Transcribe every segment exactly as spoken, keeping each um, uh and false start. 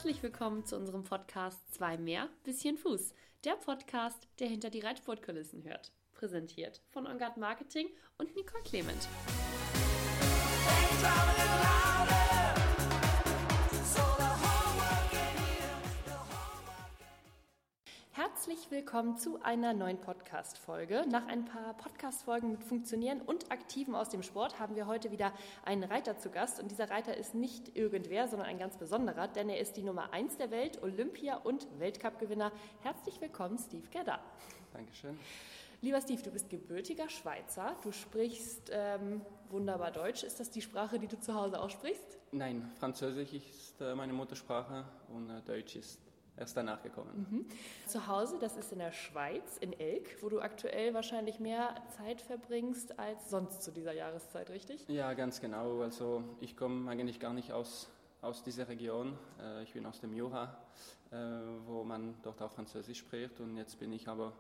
Herzlich willkommen zu unserem Podcast zwei mehr, bisschen Fuß. Der Podcast, der hinter die Reitsportkulissen hört. Präsentiert von OnGuard Marketing und Nicole Clement. Herzlich willkommen zu einer neuen Podcast-Folge. Nach ein paar Podcast-Folgen mit Funktionären und Aktiven aus dem Sport haben wir heute wieder einen Reiter zu Gast. Und dieser Reiter ist nicht irgendwer, sondern ein ganz besonderer, denn er ist die Nummer eins der Welt, Olympia- und Weltcup-Gewinner. Herzlich willkommen, Steve Gerda. Dankeschön. Lieber Steve, du bist gebürtiger Schweizer. Du sprichst ähm, wunderbar Deutsch. Ist das die Sprache, die du zu Hause auch sprichst? Nein, Französisch ist äh, meine Muttersprache und äh, Deutsch ist erst danach gekommen. Mhm. Zu Hause, das ist in der Schweiz, in Elk, wo du aktuell wahrscheinlich mehr Zeit verbringst als sonst zu dieser Jahreszeit, richtig? Ja, ganz genau. Also ich komme eigentlich gar nicht aus, aus dieser Region. Äh, ich bin aus dem Jura, äh, wo man dort auch Französisch spricht. Und jetzt bin ich aber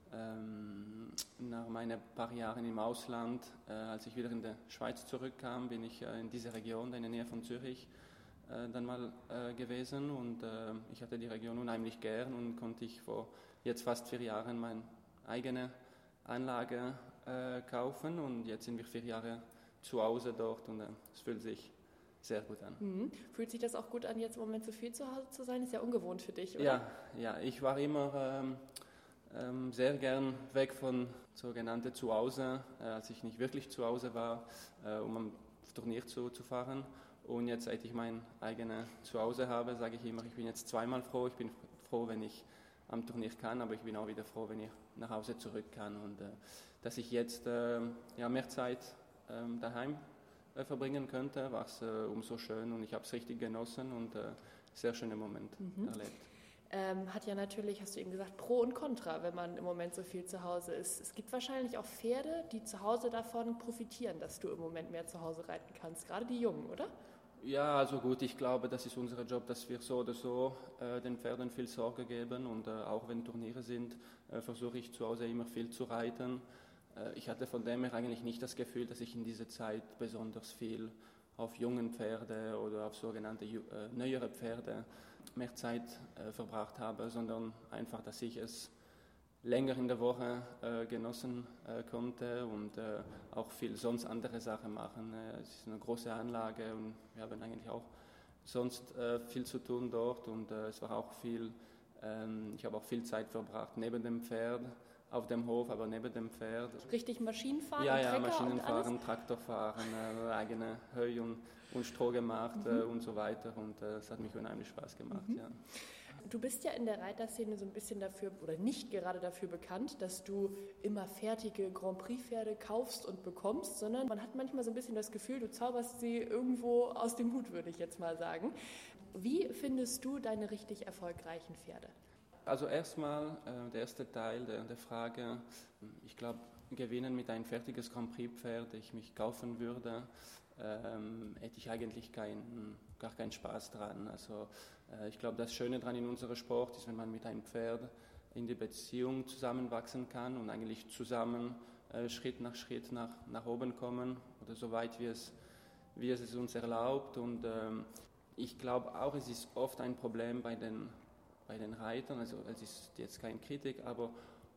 ähm, nach meinen paar Jahren im Ausland, äh, als ich wieder in die Schweiz zurückkam, bin ich äh, in dieser Region, in der Nähe von Zürich, dann mal äh, gewesen und äh, ich hatte die Region unheimlich gern und konnte ich vor jetzt fast vier Jahren meine eigene Anlage äh, kaufen und jetzt sind wir vier Jahre zu Hause dort und äh, es fühlt sich sehr gut an. Mhm. Fühlt sich das auch gut an, jetzt im Moment so viel zu Hause zu sein? Ist ja ungewohnt für dich, oder? Ja, ja, ich war immer ähm, ähm, sehr gern weg von sogenannten Zuhause, äh, als ich nicht wirklich zu Hause war, äh, um am Turnier zu, zu fahren. Und jetzt, seit ich mein eigenes Zuhause habe, sage ich immer, ich bin jetzt zweimal froh. Ich bin froh, wenn ich am Turnier kann, aber ich bin auch wieder froh, wenn ich nach Hause zurück kann. Und äh, dass ich jetzt äh, ja, mehr Zeit äh, daheim äh, verbringen könnte, war es äh, umso schön. Und ich habe es richtig genossen und äh, sehr schönen Moment mhm. erlebt. Ähm, hat ja natürlich, hast du eben gesagt, Pro und Contra, wenn man im Moment so viel zu Hause ist. Es gibt wahrscheinlich auch Pferde, die zu Hause davon profitieren, dass du im Moment mehr zu Hause reiten kannst, gerade die Jungen, oder? Ja, also gut, ich glaube, das ist unser Job, dass wir so oder so äh, den Pferden viel Sorge geben und äh, auch wenn Turniere sind, äh, versuche ich zu Hause immer viel zu reiten. Äh, ich hatte von dem her eigentlich nicht das Gefühl, dass ich in dieser Zeit besonders viel auf jungen Pferde oder auf sogenannte äh, neuere Pferde mehr Zeit äh, verbracht habe, sondern einfach, dass ich es länger in der Woche äh, genossen äh, konnte und äh, auch viel sonst andere Sachen machen. Äh, es ist eine große Anlage und wir haben eigentlich auch sonst äh, viel zu tun dort und äh, es war auch viel, ähm, ich habe auch viel Zeit verbracht neben dem Pferd, auf dem Hof, aber neben dem Pferd. Richtig Maschinenfahren? Ja, ja, Maschinenfahren, Traktorfahren, äh, eigene Heu und, und Stroh gemacht mhm. äh, und so weiter und äh, es hat mich unheimlich Spaß gemacht, mhm. ja. Du bist ja in der Reiterszene so ein bisschen dafür, oder nicht gerade dafür bekannt, dass du immer fertige Grand Prix-Pferde kaufst und bekommst, sondern man hat manchmal so ein bisschen das Gefühl, du zauberst sie irgendwo aus dem Hut, würde ich jetzt mal sagen. Wie findest du deine richtig erfolgreichen Pferde? Also erstmal äh, der erste Teil der, der Frage, ich glaube, gewinnen mit ein fertiges Grand Prix-Pferd, das ich mich kaufen würde, ähm, hätte ich eigentlich kein, gar keinen Spaß dran. Also äh, ich glaube, das Schöne daran in unserem Sport ist, wenn man mit einem Pferd in die Beziehung zusammenwachsen kann und eigentlich zusammen äh, Schritt nach Schritt nach, nach oben kommen oder so weit, wie es, wie es uns erlaubt. Und ähm, ich glaube auch, es ist oft ein Problem bei den bei den Reitern, also es ist jetzt keine Kritik, aber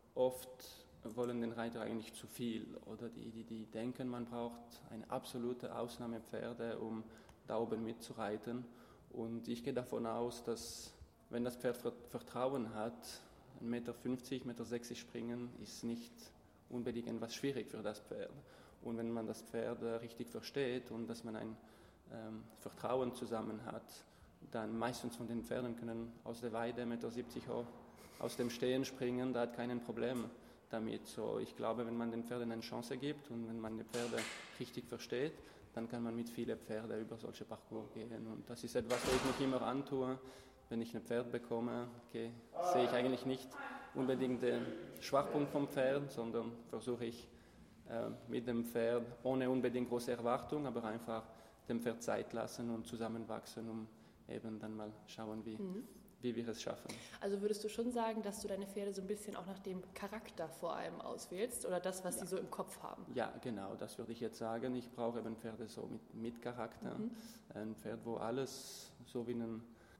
oft wollen den Reiter eigentlich zu viel oder die, die, die denken, man braucht eine absolute Ausnahmepferde, um da oben mitzureiten und ich gehe davon aus, dass wenn das Pferd Vertrauen hat, ein Meter fünfzig, Meter sechzig springen ist nicht unbedingt etwas schwierig für das Pferd und wenn man das Pferd richtig versteht und dass man ein ähm, Vertrauen zusammen hat, dann meistens von den Pferden können aus der Weide eins Meter siebzig hoch aus dem Stehen springen, da hat kein Problem damit. So, ich glaube, wenn man den Pferden eine Chance gibt und wenn man die Pferde richtig versteht, dann kann man mit vielen Pferden über solche Parcours gehen. Und das ist etwas, was ich mich immer antue. Wenn ich ein Pferd bekomme, okay, sehe ich eigentlich nicht unbedingt den Schwachpunkt vom Pferd, sondern versuche ich äh, mit dem Pferd ohne unbedingt große Erwartung, aber einfach dem Pferd Zeit lassen und zusammenwachsen, um eben dann mal schauen, wie, mhm. wie wir es schaffen. Also würdest du schon sagen, dass du deine Pferde so ein bisschen auch nach dem Charakter vor allem auswählst oder das, was ja. sie so im Kopf haben? Ja, genau, das würde ich jetzt sagen. Ich brauche eben Pferde so mit, mit Charakter. Mhm. Ein Pferd, wo alles so wie ein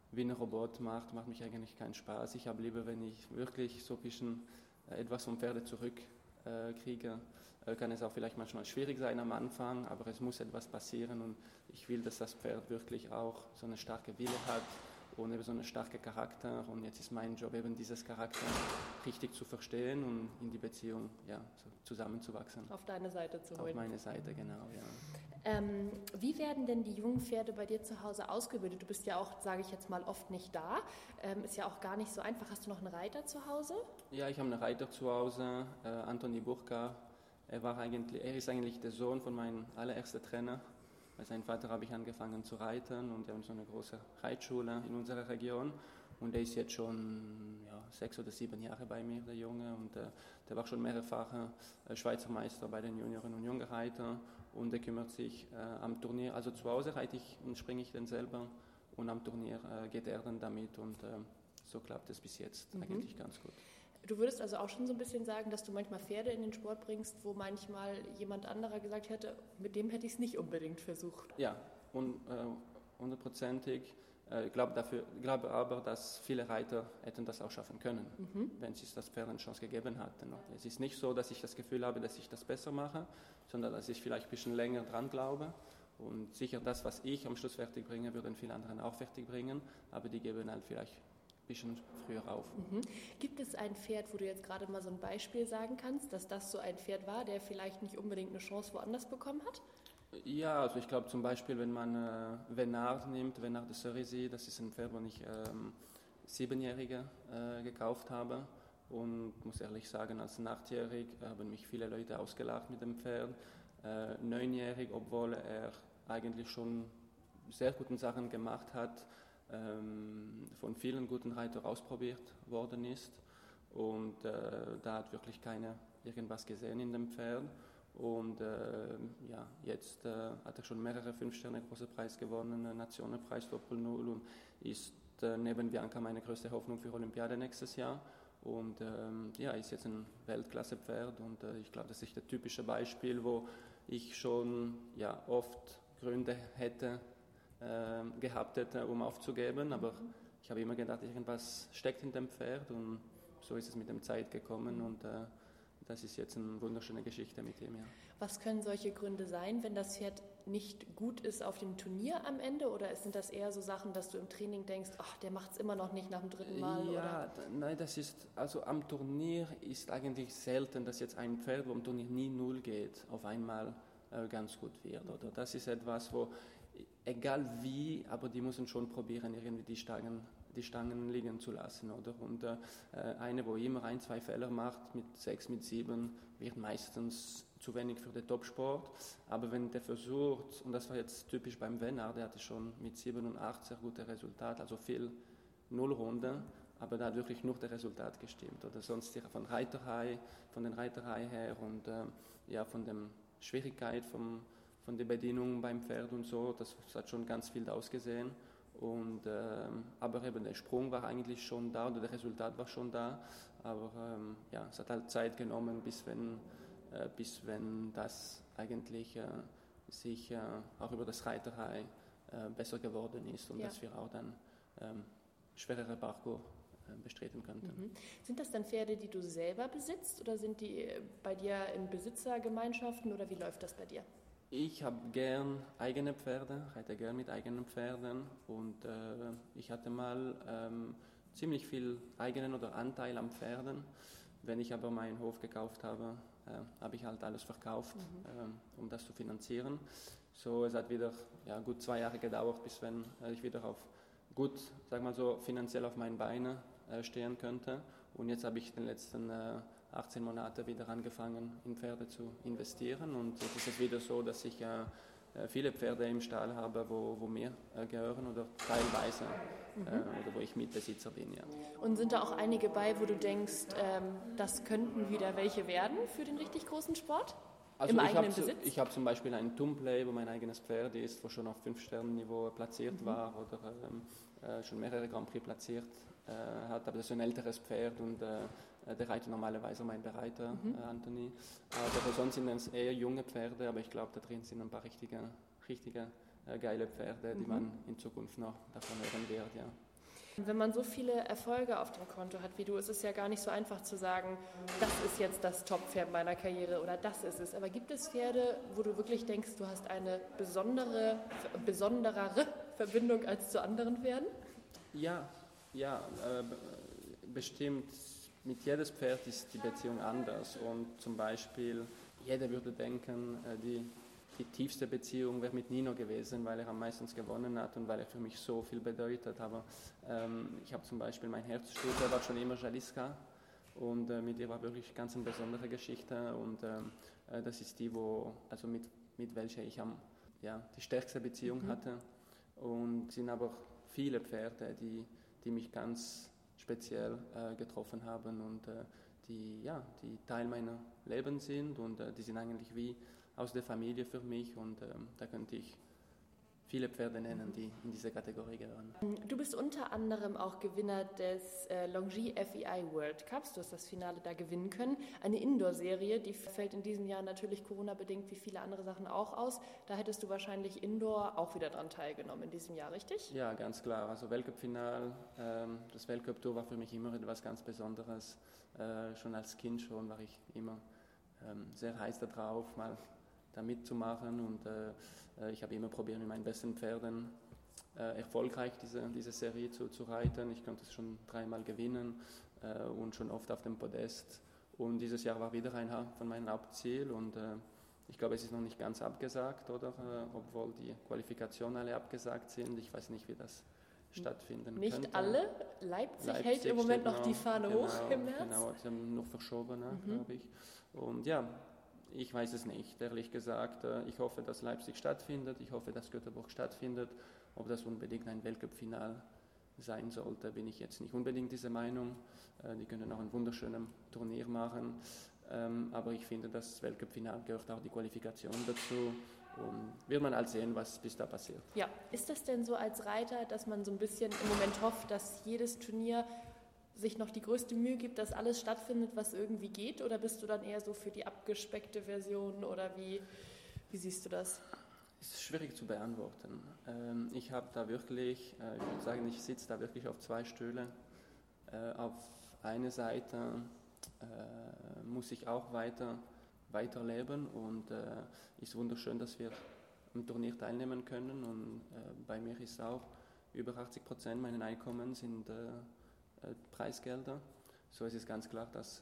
wie ein Robot macht, macht mich eigentlich keinen Spaß. Ich habe lieber, wenn ich wirklich so ein bisschen äh, etwas vom Pferde zurückkriege. Äh, äh, kann es auch vielleicht manchmal schwierig sein am Anfang, aber es muss etwas passieren und ich will, dass das Pferd wirklich auch so eine starke Wille hat und eben so einen starken Charakter. Und jetzt ist mein Job eben, dieses Charakter richtig zu verstehen und in die Beziehung ja, so zusammenzuwachsen. Auf deine Seite zu holen. Auf meine Seite, genau, ja. Ähm, wie werden denn die jungen Pferde bei dir zu Hause ausgebildet? Du bist ja auch, sage ich jetzt mal, oft nicht da. Ähm, ist ja auch gar nicht so einfach. Hast du noch einen Reiter zu Hause? Ja, ich habe einen Reiter zu Hause, äh, Anthony Burka. Er, war eigentlich, er ist eigentlich der Sohn von meinem allerersten Trainer. Bei seinem Vater habe ich angefangen zu reiten und wir haben so eine große Reitschule in unserer Region. Und er ist jetzt schon ja, sechs oder sieben Jahre bei mir, der Junge. Und äh, der war schon mehrfacher äh, Schweizer Meister bei den Junioren und Jungreiter. Und er kümmert sich äh, am Turnier. Also zu Hause reite ich und springe ich dann selber. Und am Turnier äh, geht er dann damit. Und äh, so klappt es bis jetzt mhm. eigentlich ganz gut. Du würdest also auch schon so ein bisschen sagen, dass du manchmal Pferde in den Sport bringst, wo manchmal jemand anderer gesagt hätte, mit dem hätte ich es nicht unbedingt versucht. Ja, und äh, hundertprozentig. Ich glaube, dafür, glaube aber, dass viele Reiter hätten das auch schaffen können, mhm. wenn es das Pferd eine Chance gegeben hatten. Es ist nicht so, dass ich das Gefühl habe, dass ich das besser mache, sondern dass ich vielleicht ein bisschen länger dran glaube. Und sicher das, was ich am Schluss fertig bringe, würden viele anderen auch fertig bringen, aber die geben halt vielleicht ein bisschen früher auf. Mhm. Gibt es ein Pferd, wo du jetzt gerade mal so ein Beispiel sagen kannst, dass das so ein Pferd war, der vielleicht nicht unbedingt eine Chance woanders bekommen hat? Ja, also ich glaube zum Beispiel, wenn man äh, Venard nimmt, Venard de Cerisy, das ist ein Pferd, das ich ähm, Siebenjährige äh, gekauft habe und muss ehrlich sagen, als Achtjährig haben mich viele Leute ausgelacht mit dem Pferd. Äh, Neunjährig, obwohl er eigentlich schon sehr gute Sachen gemacht hat, ähm, von vielen guten Reitern ausprobiert worden ist und äh, da hat wirklich keiner irgendwas gesehen in dem Pferd. Und äh, ja, jetzt äh, hat er schon mehrere Fünf-Sterne-Große Preis gewonnen, Nationenpreis Doppel Null und ist äh, neben Bianca meine größte Hoffnung für Olympiade nächstes Jahr. Und ähm, ja, ist jetzt ein Weltklasse-Pferd und äh, ich glaube, das ist das typische Beispiel, wo ich schon ja, oft Gründe hätte, äh, gehabt hätte, um aufzugeben, aber mhm. ich habe immer gedacht, irgendwas steckt in dem Pferd und so ist es mit der Zeit gekommen mhm. und äh, das ist jetzt eine wunderschöne Geschichte mit ihm, ja. Was können solche Gründe sein, wenn das Pferd nicht gut ist auf dem Turnier am Ende? Oder sind das eher so Sachen, dass du im Training denkst, ach, der macht es immer noch nicht nach dem dritten Mal? Ja, oder? Nein, das ist, also am Turnier ist eigentlich selten, dass jetzt ein Pferd, wo am Turnier nie null geht, auf einmal äh, ganz gut wird. Oder? Das ist etwas, wo, egal wie, aber die müssen schon probieren, irgendwie die Stangen die Stangen liegen zu lassen. Oder? Und äh, eine, wo immer ein, zwei Fehler macht, mit sechs, mit sieben, wird meistens zu wenig für den Topsport. Aber wenn der versucht, und das war jetzt typisch beim Venard, der hatte schon mit sieben und acht sehr gute Resultate, also viel Nullrunde, aber da hat wirklich nur das Resultat gestimmt. Oder sonst von Reiterei, von den Reiterei her und äh, ja, von der Schwierigkeit vom, von der Bedienung beim Pferd und so, das, das hat schon ganz viel ausgesehen. Und, ähm, aber eben der Sprung war eigentlich schon da oder das Resultat war schon da, aber ähm, ja, es hat halt Zeit genommen, bis wenn, äh, bis wenn das eigentlich äh, sich äh, auch über das Reiterei äh, besser geworden ist und ja. dass wir auch dann ähm, schwerere Parcours äh, bestreten könnten. Mhm. Sind das dann Pferde, die du selber besitzt oder sind die bei dir in Besitzergemeinschaften oder wie läuft das bei dir? Ich habe gern eigene Pferde, reite gern mit eigenen Pferden und äh, ich hatte mal ähm, ziemlich viel eigenen oder Anteil an Pferden. Wenn ich aber meinen Hof gekauft habe, äh, habe ich halt alles verkauft, mhm. äh, um das zu finanzieren. So, es hat wieder ja, gut zwei Jahre gedauert, bis wenn äh, ich wieder auf gut, sag mal so, finanziell auf meinen Beinen äh, stehen könnte. Und jetzt habe ich den letzten äh, achtzehn Monate wieder angefangen, in Pferde zu investieren und jetzt ist es wieder so, dass ich äh, viele Pferde im Stall habe, wo, wo mir äh, gehören oder teilweise mhm. äh, oder wo ich Mitbesitzer bin. Ja. Und sind da auch einige bei, wo du denkst, ähm, das könnten wieder welche werden für den richtig großen Sport? Also Im ich eigenen habe Besitz? ich habe zum Beispiel einen Tumplay, wo mein eigenes Pferd ist, wo schon auf fünf Sternen Niveau platziert mhm. war oder ähm, äh, schon mehrere Grand Prix platziert äh, hat, aber das ist ein älteres Pferd und äh, der reitet normalerweise mein Bereiter, mhm. äh, Anthony. Aber sonst sind es eher junge Pferde, aber ich glaube, da drin sind ein paar richtige, richtige äh, geile Pferde, die mhm. man in Zukunft noch davon hören wird. Ja. Wenn man so viele Erfolge auf dem Konto hat wie du, ist es ja gar nicht so einfach zu sagen, das ist jetzt das Top-Pferd meiner Karriere oder das ist es. Aber gibt es Pferde, wo du wirklich denkst, du hast eine besondere, besonderere Verbindung als zu anderen Pferden? Ja, ja, äh, bestimmt. Mit jedes Pferd ist die Beziehung anders. Und zum Beispiel, jeder würde denken, äh, die, die tiefste Beziehung wäre mit Nino gewesen, weil er am meisten gewonnen hat und weil er für mich so viel bedeutet. Aber ähm, ich habe zum Beispiel mein Herzstück, der war schon immer Jaliska. Und äh, mit ihr war wirklich ganz eine besondere Geschichte. Und äh, das ist die, wo, also mit, mit welcher ich am, ja, die stärkste Beziehung mhm. hatte. Und es sind aber viele Pferde, die, die mich ganz speziell äh, getroffen haben und äh, die, ja, die Teil meiner Leben sind und äh, die sind eigentlich wie aus der Familie für mich und äh, da könnte ich viele Pferde nennen, die in diese Kategorie gehören. Du bist unter anderem auch Gewinner des äh, Longy F E I World Cups. Du hast das Finale da gewinnen können. Eine Indoor-Serie, die fällt in diesem Jahr natürlich Corona-bedingt wie viele andere Sachen auch aus. Da hättest du wahrscheinlich Indoor auch wieder dran teilgenommen in diesem Jahr, richtig? Ja, ganz klar. Also Weltcup-Final, ähm, das Weltcup-Tour war für mich immer etwas ganz Besonderes. Äh, schon als Kind schon war ich immer ähm, sehr heiß darauf, mal da mitzumachen und äh, ich habe immer probiert, mit meinen besten Pferden äh, erfolgreich diese, diese Serie zu, zu reiten. Ich konnte es schon dreimal gewinnen äh, und schon oft auf dem Podest. Und dieses Jahr war wieder ein von meinen Hauptzielen und äh, ich glaube, es ist noch nicht ganz abgesagt, oder? Äh, obwohl die Qualifikationen alle abgesagt sind. Ich weiß nicht, wie das stattfinden nicht könnte. Nicht alle. Leipzig, Leipzig hält im Moment noch die Fahne genau, hoch im März. Genau, sie haben noch verschoben, mhm. glaube ich. Und ja, ich weiß es nicht, ehrlich gesagt. Ich hoffe, dass Leipzig stattfindet. Ich hoffe, dass Göteborg stattfindet. Ob das unbedingt ein Weltcup-Final sein sollte, bin ich jetzt nicht unbedingt dieser Meinung. Die können auch ein wunderschönes Turnier machen. Aber ich finde, das Weltcup-Final gehört auch die Qualifikation dazu. Und wird man halt sehen, was bis da passiert. Ja, ist das denn so als Reiter, dass man so ein bisschen im Moment hofft, dass jedes Turnier sich noch die größte Mühe gibt, dass alles stattfindet, was irgendwie geht? Oder bist du dann eher so für die abgespeckte Version? Oder wie, wie siehst du das? Es ist schwierig zu beantworten. Ähm, ich habe da wirklich, äh, ich würde sagen, ich sitze da wirklich auf zwei Stühlen. Äh, auf einer Seite äh, muss ich auch weiter, weiterleben und es äh, ist wunderschön, dass wir am Turnier teilnehmen können. Und äh, bei mir ist auch über achtzig Prozent meiner Einkommen sind äh, Preisgelder. So es ist ganz klar, dass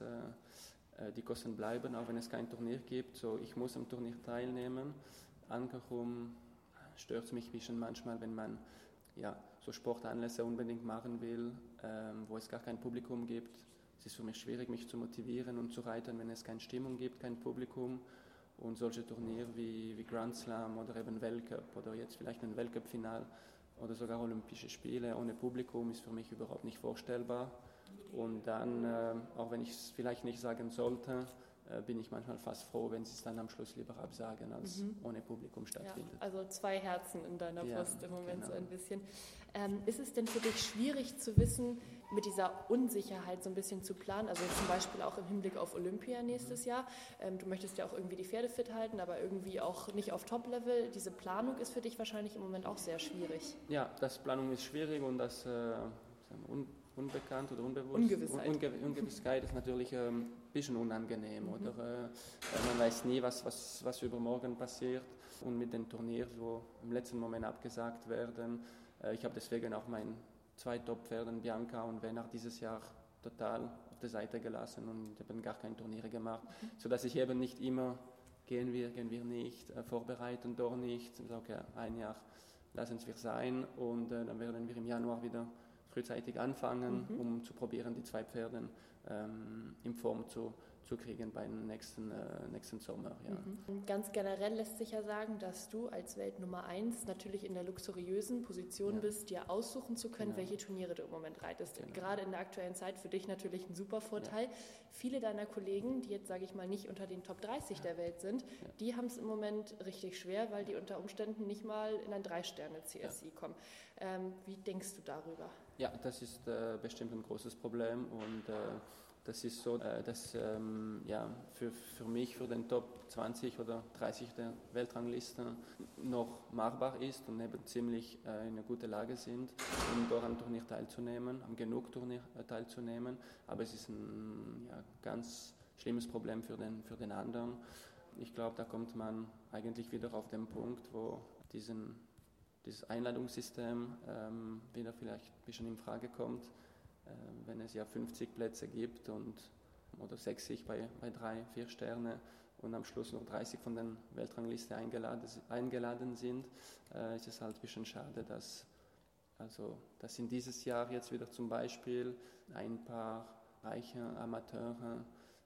äh, die Kosten bleiben, auch wenn es kein Turnier gibt. So ich muss am Turnier teilnehmen. Andersrum stört es mich ein bisschen manchmal, wenn man ja, so Sportanlässe unbedingt machen will, ähm, wo es gar kein Publikum gibt. Es ist für mich schwierig, mich zu motivieren und zu reiten, wenn es keine Stimmung gibt, kein Publikum. Und solche Turniere wie, wie Grand Slam oder eben Weltcup oder jetzt vielleicht ein Weltcup-Final oder sogar Olympische Spiele ohne Publikum ist für mich überhaupt nicht vorstellbar. Und dann, äh, auch wenn ich es vielleicht nicht sagen sollte, äh, bin ich manchmal fast froh, wenn sie es dann am Schluss lieber absagen, als mhm. ohne Publikum stattfindet. Ja, also zwei Herzen in deiner ja, Brust im Moment genau. so ein bisschen. Ähm, ist es denn für dich schwierig zu wissen, mit dieser Unsicherheit so ein bisschen zu planen, also zum Beispiel auch im Hinblick auf Olympia nächstes mhm. Jahr. Ähm, du möchtest ja auch irgendwie die Pferde fit halten, aber irgendwie auch nicht auf Top-Level. Diese Planung ist für dich wahrscheinlich im Moment auch sehr schwierig. Ja, das Planung ist schwierig und das äh, un unbekannt oder unbewusst. Ungewissheit. Unge Ungewissheit ist natürlich ein ähm, bisschen unangenehm. Mhm. Oder, äh, man weiß nie, was, was, was übermorgen passiert. Und mit den Turnieren, wo im letzten Moment abgesagt werden, äh, ich habe deswegen auch mein zwei Top-Pferden, Bianca und Wenner, dieses Jahr total auf der Seite gelassen und eben gar keine Turniere gemacht, mhm. sodass ich eben nicht immer, gehen wir, gehen wir nicht, äh, vorbereiten, doch nicht, so, okay, ein Jahr lassen wir sein und äh, dann werden wir im Januar wieder frühzeitig anfangen, mhm. um zu probieren, die zwei Pferde ähm, in Form zu zu kriegen beim nächsten, äh, nächsten Sommer. Ja. Mhm. Ganz generell lässt sich ja sagen, dass du als Welt Nummer eins natürlich in der luxuriösen Position ja. bist, dir aussuchen zu können, genau. welche Turniere du im Moment reitest. Genau. Gerade in der aktuellen Zeit für dich natürlich ein super Vorteil. Ja. Viele deiner Kollegen, die jetzt, sage ich mal, nicht unter den Top dreißig ja. der Welt sind, ja. die haben es im Moment richtig schwer, weil die unter Umständen nicht mal in ein Drei-Sterne-C S I ja. kommen. Ähm, wie denkst du darüber? Ja, das ist äh, bestimmt ein großes Problem und äh, das ist so, äh, dass ähm, ja, für, für mich, für den Top zwanzig oder dreißig der Weltrangliste noch machbar ist und eben ziemlich äh, in einer guten Lage sind, um dort am Turnier teilzunehmen, am genug Turnier äh, teilzunehmen. Aber es ist ein ja, ganz schlimmes Problem für den, für den anderen. Ich glaube, da kommt man eigentlich wieder auf den Punkt, wo diesen, dieses Einladungssystem ähm, wieder vielleicht ein bisschen in Frage kommt, äh, wenn es ja fünfzig Plätze gibt und, oder sechzig bei, bei drei, vier Sterne und am Schluss noch dreißig von den Weltrangliste eingeladen, eingeladen sind, äh, ist es halt ein bisschen schade, dass, also, dass in dieses Jahr jetzt wieder zum Beispiel ein paar reiche Amateure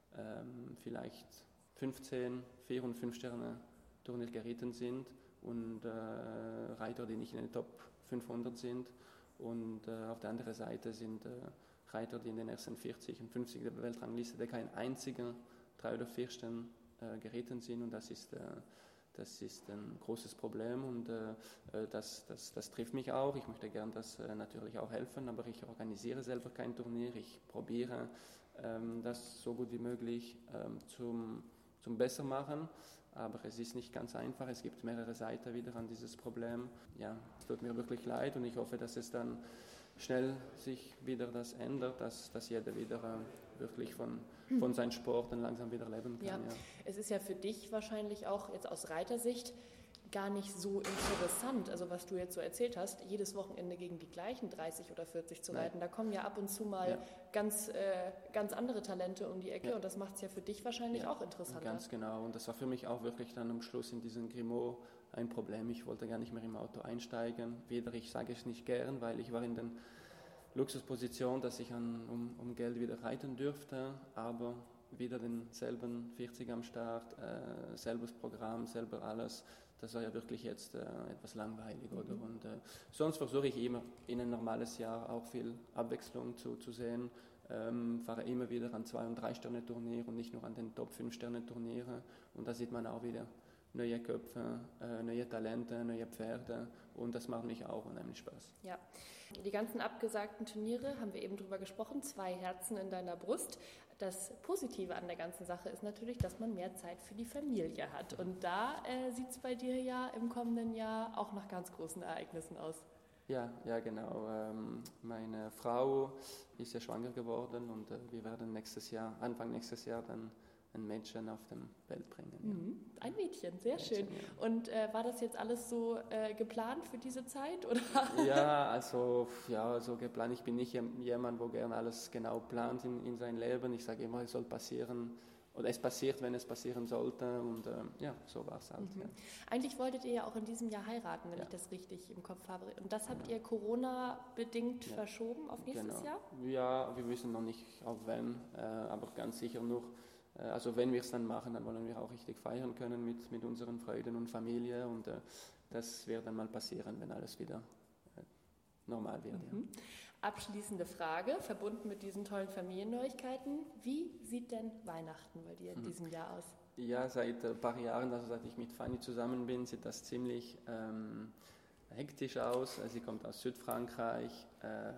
ähm, vielleicht fünfzehn, vier und fünf Sterne Turnier geritten sind und äh, Reiter, die nicht in den Top fünfhundert sind. Und äh, auf der anderen Seite sind äh, Reiter, die in den ersten vierzig und fünfzig der Weltrangliste, der kein einziger drei oder vier Sterne äh, geritten sind. Und das ist, äh, das ist ein großes Problem und äh, das, das, das trifft mich auch. Ich möchte gern das äh, natürlich auch helfen, aber ich organisiere selber kein Turnier. Ich probiere ähm, das so gut wie möglich ähm, zum zum Bessermachen, aber es ist nicht ganz einfach. Es gibt mehrere Seiten wieder an dieses Problem. Ja, es tut mir wirklich leid und ich hoffe, dass es dann schnell sich wieder das ändert, dass, dass jeder wieder äh, wirklich von, von seinem Sport dann langsam wieder leben kann. Ja. Ja. Es ist ja für dich wahrscheinlich auch jetzt aus Reitersicht gar nicht so interessant, also was du jetzt so erzählt hast, jedes Wochenende gegen die gleichen dreißig oder vierzig zu reiten. Nein. Da kommen ja ab und zu mal ja. ganz, äh, ganz andere Talente um die Ecke ja. und das macht es ja für dich wahrscheinlich ja. auch interessanter. Ganz genau und das war für mich auch wirklich dann am Schluss in diesem Grimaud ein Problem. Ich wollte gar nicht mehr im Auto einsteigen, weder ich sage es nicht gern, weil ich war in der Luxusposition, dass ich an, um, um Geld wieder reiten dürfte, aber wieder denselben vierzig am Start, äh, selbes Programm, selber alles. Das war ja wirklich jetzt äh, etwas langweilig, oder? Mhm. Und äh, sonst versuche ich immer in ein normales Jahr auch viel Abwechslung zu, zu sehen. Ähm, fahre immer wieder an zwei- und drei Sterne Turniere und nicht nur an den Top fünf Sterne Turniere. Und da sieht man auch wieder neue Köpfe, äh, neue Talente, neue Pferde. Und das macht mich auch unheimlich Spaß. Ja, die ganzen abgesagten Turniere, haben wir eben drüber gesprochen, zwei Herzen in deiner Brust. Das Positive an der ganzen Sache ist natürlich, dass man mehr Zeit für die Familie hat. Und da äh, sieht es bei dir ja im kommenden Jahr auch nach ganz großen Ereignissen aus. Ja, ja genau. Ähm, meine Frau ist ja schwanger geworden und äh, wir werden nächstes Jahr, Anfang nächstes Jahr dann ein Mädchen auf die Welt bringen. Ja. Mhm. Ein Mädchen, sehr Mädchen, schön. Ja. Und äh, war das jetzt alles so äh, geplant für diese Zeit? Oder? Ja, also ja, so geplant. Ich bin nicht jemand, wo gerne alles genau plant in, in sein Leben. Ich sage immer, es soll passieren oder es passiert, wenn es passieren sollte. Und äh, ja, so war es halt. Mhm. Ja. Eigentlich wolltet ihr ja auch in diesem Jahr heiraten, wenn ja. ich das richtig im Kopf habe. Und das habt ja. ihr Corona-bedingt ja. verschoben auf nächstes genau. Jahr? Ja, wir wissen noch nicht auf wann, äh, aber ganz sicher noch. Also wenn wir es dann machen, dann wollen wir auch richtig feiern können mit, mit unseren Freunden und Familie und äh, das wird dann mal passieren, wenn alles wieder äh, normal wird. Mhm. Ja. Abschließende Frage, verbunden mit diesen tollen Familienneuigkeiten. Wie sieht denn Weihnachten bei dir in mhm. diesem Jahr aus? Ja, seit ein paar Jahren, also seit ich mit Fanny zusammen bin, sieht das ziemlich ähm, hektisch aus. Sie kommt aus Südfrankreich, äh,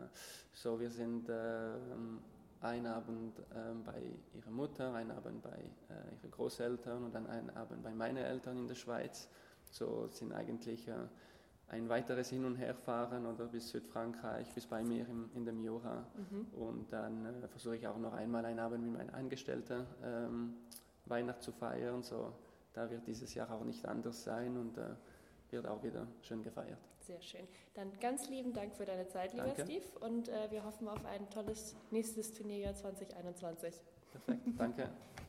so wir sind äh, ein Abend äh, bei ihrer Mutter, ein Abend bei äh, ihren Großeltern und dann ein Abend bei meinen Eltern in der Schweiz. So sind eigentlich äh, ein weiteres Hin- und Herfahren oder bis Südfrankreich, bis bei mir im, in dem Jura. Mhm. Und dann äh, versuche ich auch noch einmal einen Abend mit meinen Angestellten ähm, Weihnachten zu feiern. So, da wird dieses Jahr auch nicht anders sein und äh, wird auch wieder schön gefeiert. Sehr schön. Dann ganz lieben Dank für deine Zeit, lieber Danke. Steve. Und äh, wir hoffen auf ein tolles nächstes Turnierjahr zwanzig einundzwanzig. Perfekt, danke.